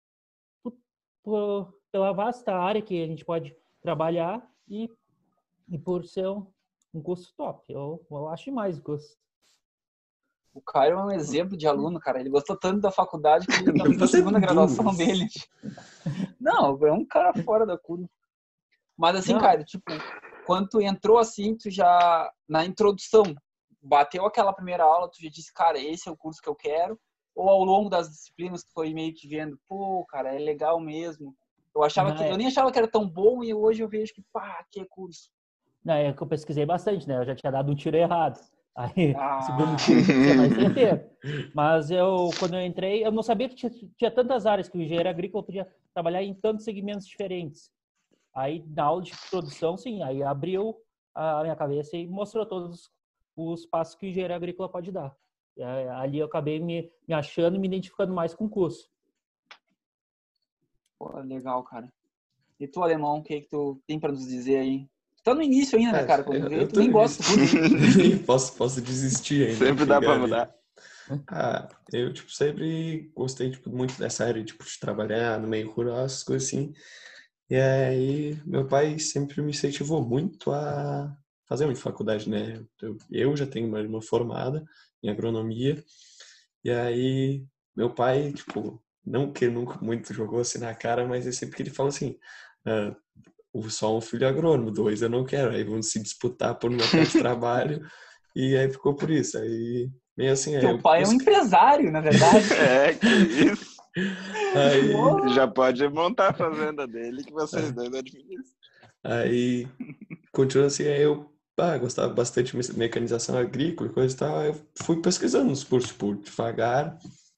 pela vasta área que a gente pode trabalhar e por ser um curso top. Eu acho demais o curso. O Caio é um exemplo de aluno, cara. Ele gostou tanto da faculdade que ele tá Vai na fazer segunda graduação 2. dele. Não, é um cara fora da curva. Mas assim, Não, cara, tipo, quando tu entrou assim, tu já, na introdução, bateu aquela primeira aula, tu já disse, cara, esse é o curso que eu quero? Ou ao longo das disciplinas tu foi meio que vendo, pô, cara, é legal mesmo. Eu nem achava que era tão bom e hoje eu vejo que, pá, que curso. na época eu pesquisei bastante, né? Eu já tinha dado um tiro errado. Aí, o segundo Ah, tiro tinha que ser mais certeiro. Mas quando eu entrei, eu não sabia que tinha tantas áreas que o engenheiro agrícola podia trabalhar em tantos segmentos diferentes. Aí, na aula de produção, sim, aí abriu a minha cabeça e mostrou todos os passos que o engenheiro agrícola pode dar. Ali eu acabei me achando e me identificando mais com o curso. pô, legal, cara. E tu, alemão, o que tu tem pra nos dizer aí? Tu tá no início ainda, né, cara? Quando vê, Eu tu tô nem no gosta início. do curso ainda. Posso desistir ainda de Sempre dá chegar pra ali. mudar. Eu, tipo, sempre gostei, tipo, muito dessa área, tipo, de trabalhar no meio rural, essas coisas assim. E aí, meu pai sempre me incentivou muito a fazer uma faculdade, né? Eu já tenho uma irmã formada em agronomia. E aí, meu pai, tipo, não que nunca muito jogou assim na cara, mas é sempre que ele fala assim, ah, só um filho agrônomo, 2 eu não quero. Aí vamos se disputar por um local de trabalho. E aí ficou por isso. Aí, meio assim, aí Teu eu pai é um busquei. empresário, na verdade. É, que isso. Aí, Já pode montar a fazenda dele que vocês dois administram. aí continua assim, aí eu gostava bastante de mecanização agrícola e coisa e tal. Aí eu fui pesquisando os cursos por devagar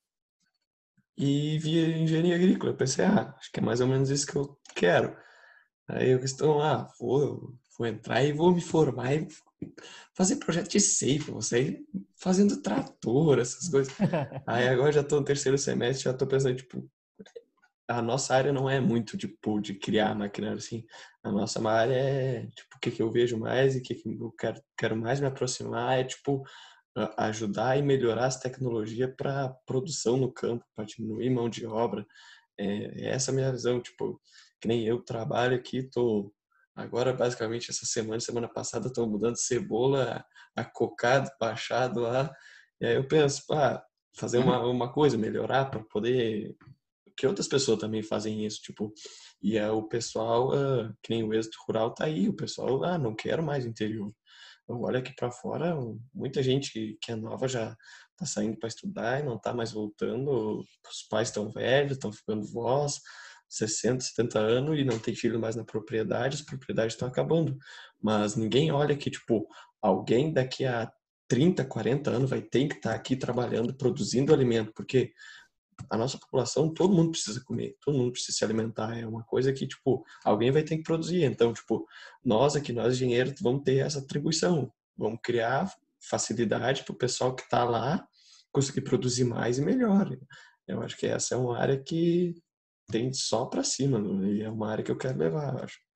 e vi engenharia agrícola. Eu pensei, acho que é mais ou menos isso que eu quero. Aí eu questão, vou entrar e vou me formar e fazer projeto de safe, vou sair fazendo trator, essas coisas. Aí agora já tô no terceiro semestre, já tô pensando, tipo, a nossa área não é muito, tipo, de criar maquinário, assim. A nossa área é, tipo, o que eu vejo mais e o que eu quero mais me aproximar é, tipo, ajudar e melhorar as tecnologias para produção no campo, para diminuir mão de obra. Essa é a minha visão, tipo, que nem eu trabalho aqui, tô agora basicamente essa semana passada, tô mudando cebola a cocado, baixado lá, e aí eu penso, fazer uma coisa, melhorar para poder que outras pessoas também fazem isso, tipo, e o pessoal, que nem o êxito rural tá aí, o pessoal, não quero mais interior. Eu olho aqui para fora, muita gente que é nova já tá saindo para estudar e não tá mais voltando, os pais estão velhos, estão ficando vós, 60, 70 anos e não tem filho mais na propriedade, as propriedades estão acabando. Mas ninguém olha que, tipo, alguém daqui a 30, 40 anos vai ter que estar aqui trabalhando, produzindo alimento, porque a nossa população, todo mundo precisa comer, todo mundo precisa se alimentar, é uma coisa que, tipo, alguém vai ter que produzir. Então, tipo, nós engenheiros, vamos ter essa atribuição, vamos criar facilidade para o pessoal que está lá conseguir produzir mais e melhor. Eu acho que essa é uma área que tem só para cima, né? E é uma área que eu quero levar, eu acho.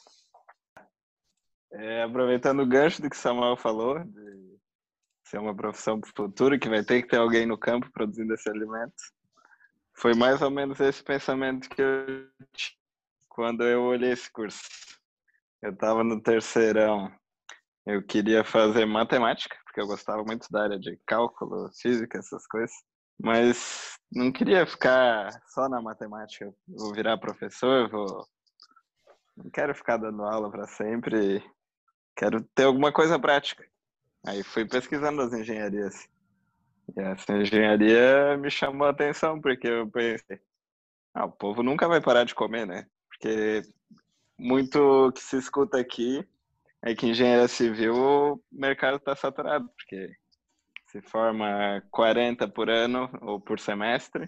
Aproveitando o gancho do que o Samuel falou, de ser uma profissão para o futuro, que vai ter que ter alguém no campo produzindo esse alimento, foi mais ou menos esse pensamento que eu tive quando eu olhei esse curso. Eu estava no terceirão, eu queria fazer matemática, porque eu gostava muito da área de cálculo, física, essas coisas. Mas não queria ficar só na matemática. Vou virar professor, não quero ficar dando aula para sempre. Quero ter alguma coisa prática. Aí fui pesquisando as engenharias. E essa engenharia me chamou a atenção, porque eu pensei, o povo nunca vai parar de comer, né? Porque muito que se escuta aqui é que engenharia civil o mercado está saturado, porque se forma 40 por ano ou por semestre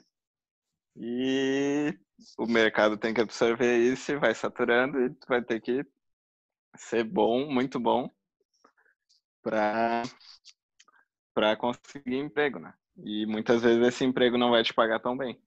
e o mercado tem que absorver isso e vai saturando e tu vai ter que ser bom, muito bom para conseguir emprego, né? E muitas vezes esse emprego não vai te pagar tão bem.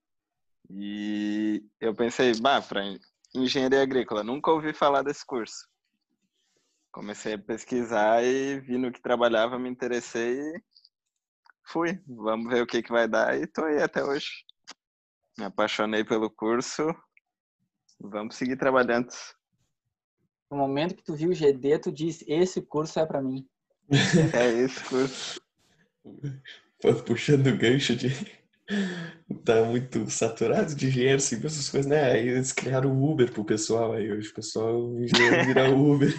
E eu pensei, para engenharia agrícola, nunca ouvi falar desse curso. Comecei a pesquisar e vi no que trabalhava, me interessei e fui. Vamos ver o que vai dar e tô aí até hoje. Me apaixonei pelo curso, vamos seguir trabalhando. No momento que tu viu o GD, tu disse, esse curso é para mim. É esse curso. Puxando o gancho de... Tá muito saturado de engenheiro, assim, essas coisas, né? Aí eles criaram o Uber pro pessoal, aí hoje o pessoal, o engenheiro vira Uber.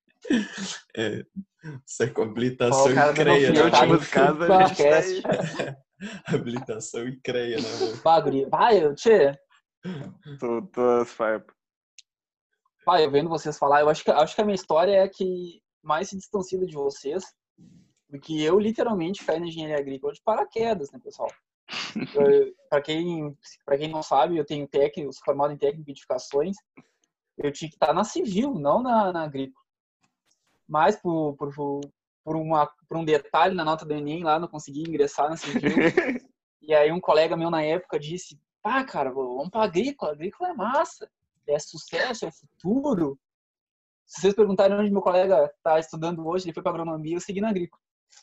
Sai com habilitação O cara e dando CREA, né? Em alfinetada últimos em tudo casos, que a gente tá podcast. aí. Habilitação e CREA, né, mano? Bagulho. Vai, tchê. Tô as farpas. Pai, eu vendo vocês falar, eu acho que a minha história é a que mais se distancia de vocês, porque eu literalmente caí na engenharia agrícola de paraquedas, né, pessoal? Para quem não sabe, eu tenho técnico, sou formado em técnico de edificações, eu tinha que estar na civil, não na agrícola. Mas por um detalhe na nota do Enem lá, não consegui ingressar na civil. E aí um colega meu na época disse, cara, vamos para agrícola é massa, é sucesso, é futuro. Se vocês perguntarem onde meu colega está estudando hoje, ele foi para agronomia, eu segui na agrícola.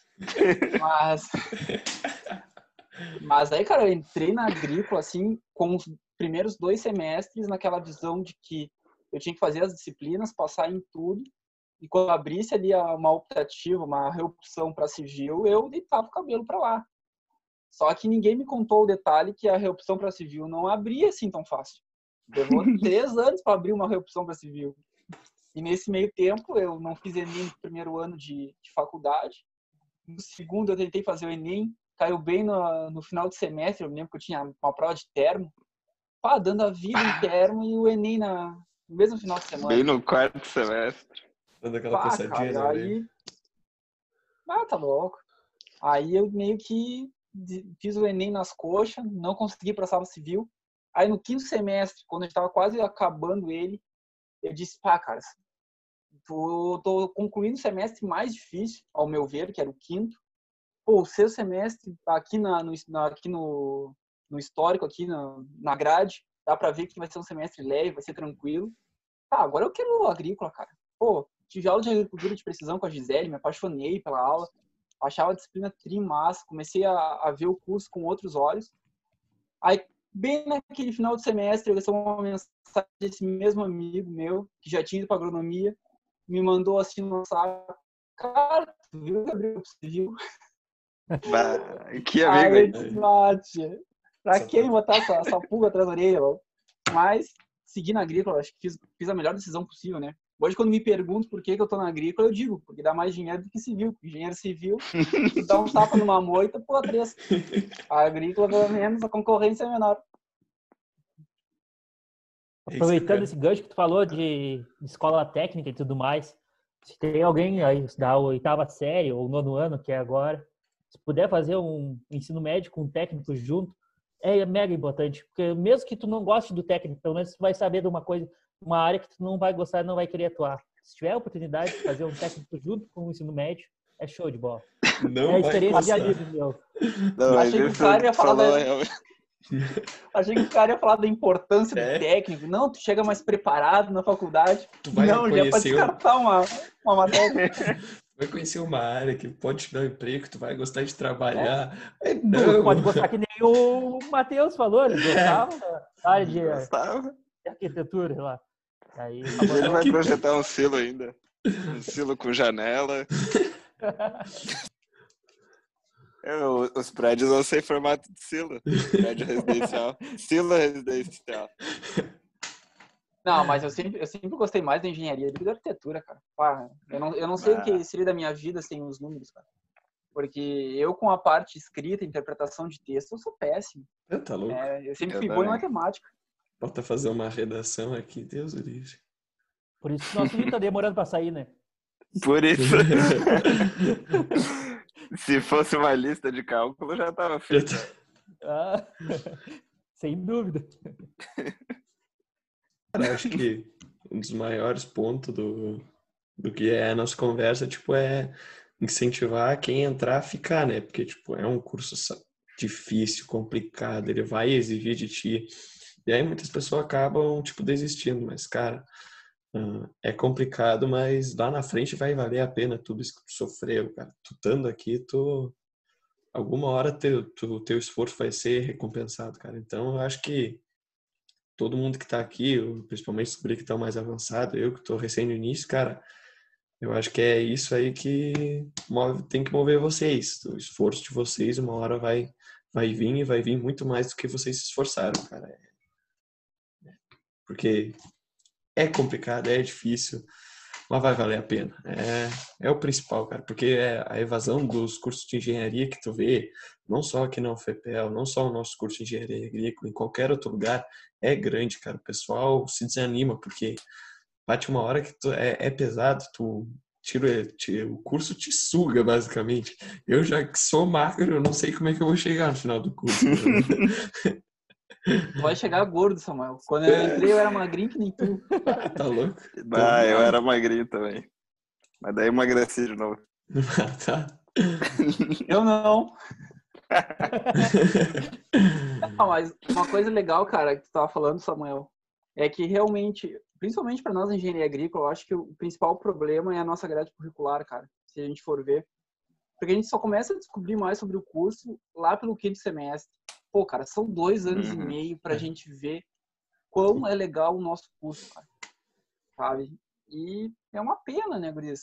Mas aí, cara, eu entrei na agrícola, assim, com os primeiros 2 semestres, naquela visão de que eu tinha que fazer as disciplinas, passar em tudo, e quando abrisse ali uma optativa, uma reopção para civil, eu deitava o cabelo para lá. Só que ninguém me contou o detalhe que a reopção para civil não abria assim tão fácil. Levou 3 anos para abrir uma reopção para civil. E nesse meio tempo, eu não fiz Enem no primeiro ano de faculdade. No segundo, eu tentei fazer o Enem. Caiu bem no final de semestre. Eu me lembro que eu tinha uma prova de termo. Dando a vida em termo e o Enem no mesmo final de semana. Bem no quarto semestre. Dando aquela passadinha na orelha. Tá louco. Aí eu meio que fiz o Enem nas coxas, não consegui passar no civil. Aí no 5º semestre, quando eu estava quase acabando ele, eu disse, cara, tô concluindo o semestre mais difícil, ao meu ver, que era o 5º. O 6º semestre, aqui no histórico, aqui na grade, dá pra ver que vai ser um semestre leve, vai ser tranquilo. Agora eu quero agrícola, cara. Tive aula de agricultura de precisão com a Gisele, me apaixonei pela aula, achava a disciplina trimassa, comecei a ver o curso com outros olhos. Aí, bem naquele final de semestre, eu recebi uma mensagem desse mesmo amigo meu, que já tinha ido para agronomia, me mandou assim no WhatsApp, cara, tu viu, Gabriel, você viu? Que amigo aí. Aí, pra quem botar essa pulga atrás da orelha, mas segui na agrícola, acho que fiz a melhor decisão possível, né? Hoje, quando me perguntam por que eu tô na agrícola, eu digo, porque dá mais dinheiro do que civil. Porque engenheiro civil, tu dá um tapa numa moita, 3. A agrícola, pelo menos, a concorrência é menor. Aproveitando esse gancho que tu falou de escola técnica e tudo mais, se tem alguém aí da 8ª série ou 9º ano, que é agora, se puder fazer um ensino médio com um técnico junto, é mega importante. Porque mesmo que tu não goste do técnico, pelo menos tu vai saber de uma coisa, uma área que tu não vai gostar e não vai querer atuar. Se tiver a oportunidade de fazer um técnico junto com o ensino médio, é show de bola. Não É a vai experiência de gostar. amigo meu. Não, mas Achei que o isso cara ia tu falar falou da- realmente. Achei que o cara ia falar da importância do É. técnico. Não, tu chega mais preparado na faculdade. Tu vai Não, já é pra conhecer descartar uma matéria. vai conhecer uma área que pode te dar um emprego, que tu vai gostar de trabalhar. Tu Não. pode gostar que nem o Matheus falou, ele gostava da área de Gostava. arquitetura lá. Aí, Ele vai projetar um silo ainda. Um silo com janela. Os prédios vão ser em formato de silo. Prédio residencial. Silo residencial. Não, mas eu sempre gostei mais da engenharia do que da arquitetura, cara. Pá, eu não sei o que seria da minha vida sem os números, cara. Porque eu, com a parte escrita, interpretação de texto, eu sou péssimo. Tá louco. Eu sempre Eu fui bom em também. matemática. Bota fazer uma redação aqui, Deus o livre. Por isso que nosso filho tá demorando pra sair, né? Por isso. Se fosse uma lista de cálculo, já tava feito. Ah, sem dúvida. Cara, eu acho que um dos maiores pontos do que é a nossa conversa, tipo, é incentivar quem entrar a ficar, né? Porque, tipo, é um curso difícil, complicado, ele vai exigir de ti. E aí muitas pessoas acabam, tipo, desistindo. Mas, cara, é complicado, mas lá na frente vai valer a pena tudo isso que tu sofreu, cara. Tu estando aqui, alguma hora teu esforço vai ser recompensado, cara. Então, eu acho que todo mundo que tá aqui, eu, principalmente os guri que estão mais avançado, eu que tô recém no início, cara, eu acho que é isso aí que tem que mover vocês. O esforço de vocês uma hora vai vir e vai vir muito mais do que vocês se esforçaram, cara. Porque é complicado, é difícil, mas vai valer a pena. É o principal, cara, porque é a evasão dos cursos de engenharia que tu vê, não só aqui na UFPEL, não só o nosso curso de engenharia agrícola, em qualquer outro lugar, é grande, cara. O pessoal se desanima, porque bate uma hora que é pesado, o curso te suga, basicamente. Eu já que sou magro, eu não sei como é que eu vou chegar no final do curso. Tu vai chegar gordo, Samuel. Quando eu entrei, eu era magrinho que nem tu. Tá louco? Eu era magrinho também. Mas daí emagreci de novo. Tá. Eu não. Não, mas uma coisa legal, cara, que tu tava falando, Samuel, é que realmente, principalmente para nós, engenharia agrícola, eu acho que o principal problema é a nossa grade curricular, cara, se a gente for ver. Porque a gente só começa a descobrir mais sobre o curso lá pelo 5º semestre. Pô, cara, são 2 anos e meio pra gente ver quão é legal o nosso curso, cara. Sabe? E é uma pena, né, guris?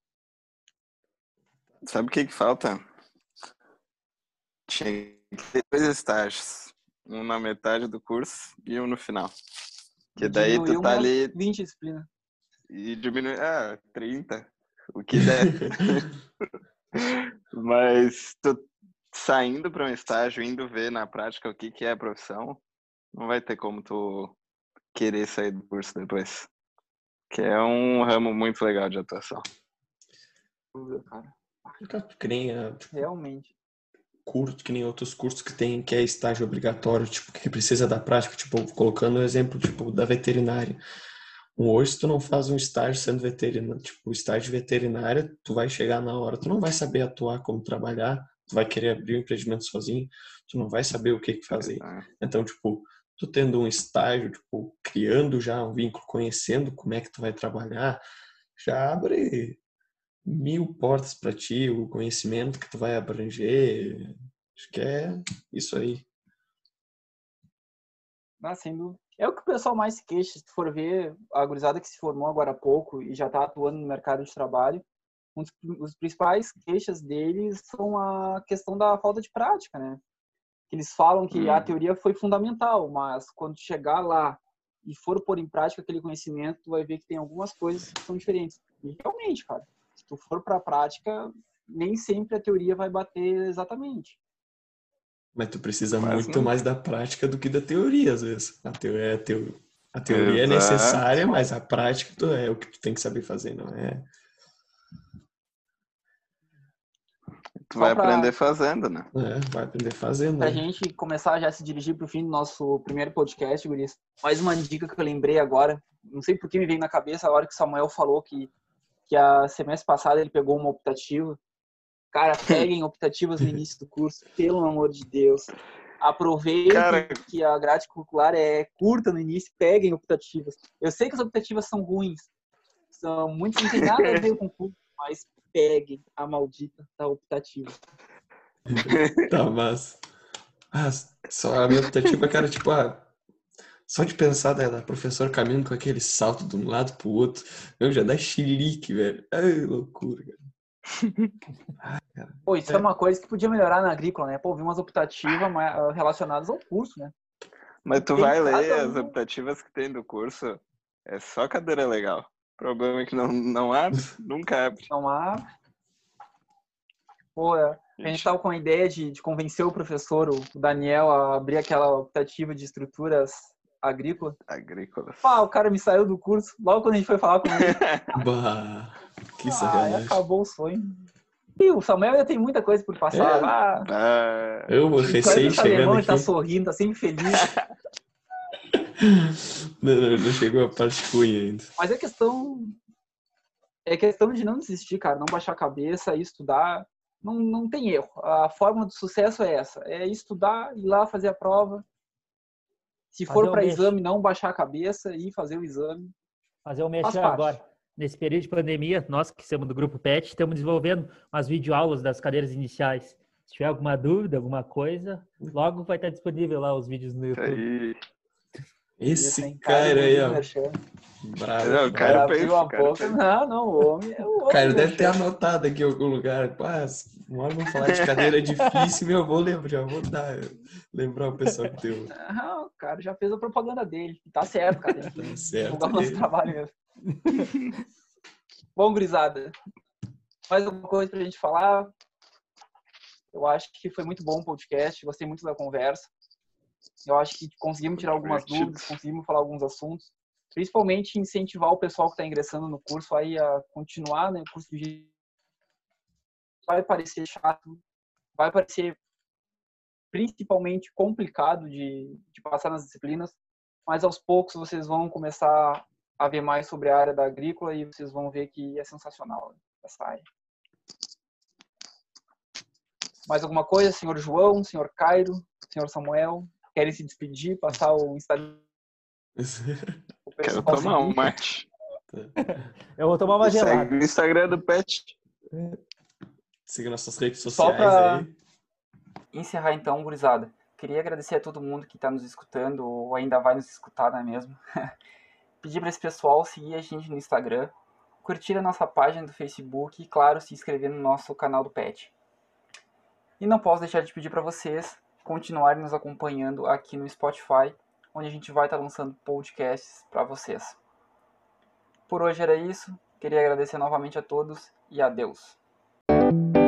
Sabe o que falta? Tinha que ter 2 estágios. Um na metade do curso e um no final. Que daí Diminuiu tu tá umas ali 20 disciplinas. e diminui... 30. O que der. Mas tu saindo para um estágio, indo ver na prática o que é a profissão, não vai ter como tu querer sair do curso depois. Que é um ramo muito legal de atuação. Cara, Que nem realmente. curso, que nem outros cursos que é estágio obrigatório, tipo, que precisa da prática, tipo, colocando o exemplo, tipo, da veterinária. Hoje, se tu não faz um estágio sendo veterinário, tipo, estágio de veterinária, tu vai chegar na hora, tu não vai saber atuar, como trabalhar, tu vai querer abrir um empreendimento sozinho, tu não vai saber o que fazer. Então, tipo, tu tendo um estágio, tipo, criando já um vínculo, conhecendo como é que tu vai trabalhar, já abre 1000 portas para ti, o conhecimento que tu vai abranger, acho que é isso aí. Sem dúvida. É o que o pessoal mais se queixa, se tu for ver a gurizada que se formou agora há pouco e já está atuando no mercado de trabalho, os principais queixas deles são a questão da falta de prática, né? Eles falam que a teoria foi fundamental, mas quando chegar lá e for pôr em prática aquele conhecimento, tu vai ver que tem algumas coisas que são diferentes. E realmente, cara, se tu for para a prática, nem sempre a teoria vai bater exatamente. Mas tu precisa muito mais da prática do que da teoria, às vezes. A teoria A teoria é Exato. necessária, mas a prática é o que tu tem que saber fazer, não é? Tu Só vai pra- aprender fazendo, né? Vai aprender fazendo, Pra né? gente começar já a se dirigir pro fim do nosso primeiro podcast, guris, mais uma dica que eu lembrei agora, não sei por que me veio na cabeça a hora que o Samuel falou que a semestre passado ele pegou uma optativa. Cara, peguem optativas no início do curso, pelo amor de Deus. Aproveitem Cara, que a grade curricular é curta no início, peguem optativas. Eu sei que as optativas são ruins, muitos não tem nada a ver com o curso, mas peguem a maldita da optativa. Tá, mas... só a minha optativa, cara, tipo, só de pensar da professora caminhando com aquele salto de um lado pro outro, eu já dá chilique, velho. Ai, loucura, cara. Pô, isso é uma coisa que podia melhorar na agrícola, né? Pô, vi umas optativas relacionadas ao curso, né? mas tu Tem vai ler cada as uma. optativas que tem do curso, é só cadeira legal. O problema é que não abre, nunca abre. Não há. Pô, a gente tava com a ideia de convencer o professor, o Daniel, a abrir aquela optativa de estruturas agrícolas. Agrícolas. Pá, o cara me saiu do curso logo quando a gente foi falar com ele. Bah, que Aí sacanagem. acabou o sonho. E o Samuel ainda tem muita coisa por passar. Eu O recém Cleber tá chegando alemão, ele aqui. tá sorrindo, tá sempre feliz. Não chegou a parte ruim ainda. Mas é questão de não desistir, cara. Não baixar a cabeça e estudar. Não tem erro. A fórmula do sucesso é essa. É estudar, ir lá fazer a prova. Se for para exame, não baixar a cabeça e fazer o exame. Fazer o mexer agora. Nesse período de pandemia, nós que somos do Grupo PET, estamos desenvolvendo umas videoaulas das cadeiras iniciais. Se tiver alguma dúvida, alguma coisa, logo vai estar disponível lá os vídeos no YouTube. Aí. Esse cara aí, ó. Bravo. Não, o cara abriu a boca. Não, o homem é o homem. O cara deve ter anotado aqui em algum lugar. Uma hora vamos falar de cadeira difícil, eu vou lembrar, já vou lembrar o pessoal que deu. Não, o cara já fez a propaganda dele. Tá certo, cara. Tem que divulgar o nosso trabalho mesmo. Bom, gurizada. Mais alguma coisa pra gente falar? Eu acho que foi muito bom o podcast. Gostei muito da conversa. Eu acho que conseguimos tirar algumas dúvidas, conseguimos falar alguns assuntos. Principalmente incentivar o pessoal que está ingressando no curso aí a continuar, né? O curso de vai parecer chato, vai parecer principalmente complicado de passar nas disciplinas, mas aos poucos vocês vão começar a ver mais sobre a área da agrícola e vocês vão ver que é sensacional essa área. Mais alguma coisa, senhor João, senhor Cairo, senhor Samuel? Querem se despedir, passar o Instagram? Quero tomar um mate. Eu vou tomar uma gelada. Segue o Instagram do Pet. Siga nossas redes sociais aí. Encerrar então, gurizada. Queria agradecer a todo mundo que está nos escutando ou ainda vai nos escutar, não é mesmo? Pedir para esse pessoal seguir a gente no Instagram, curtir a nossa página do Facebook e, claro, se inscrever no nosso canal do Pet. E não posso deixar de pedir para vocês continuarem nos acompanhando aqui no Spotify, onde a gente vai estar lançando podcasts para vocês. Por hoje era isso. Queria agradecer novamente a todos e adeus.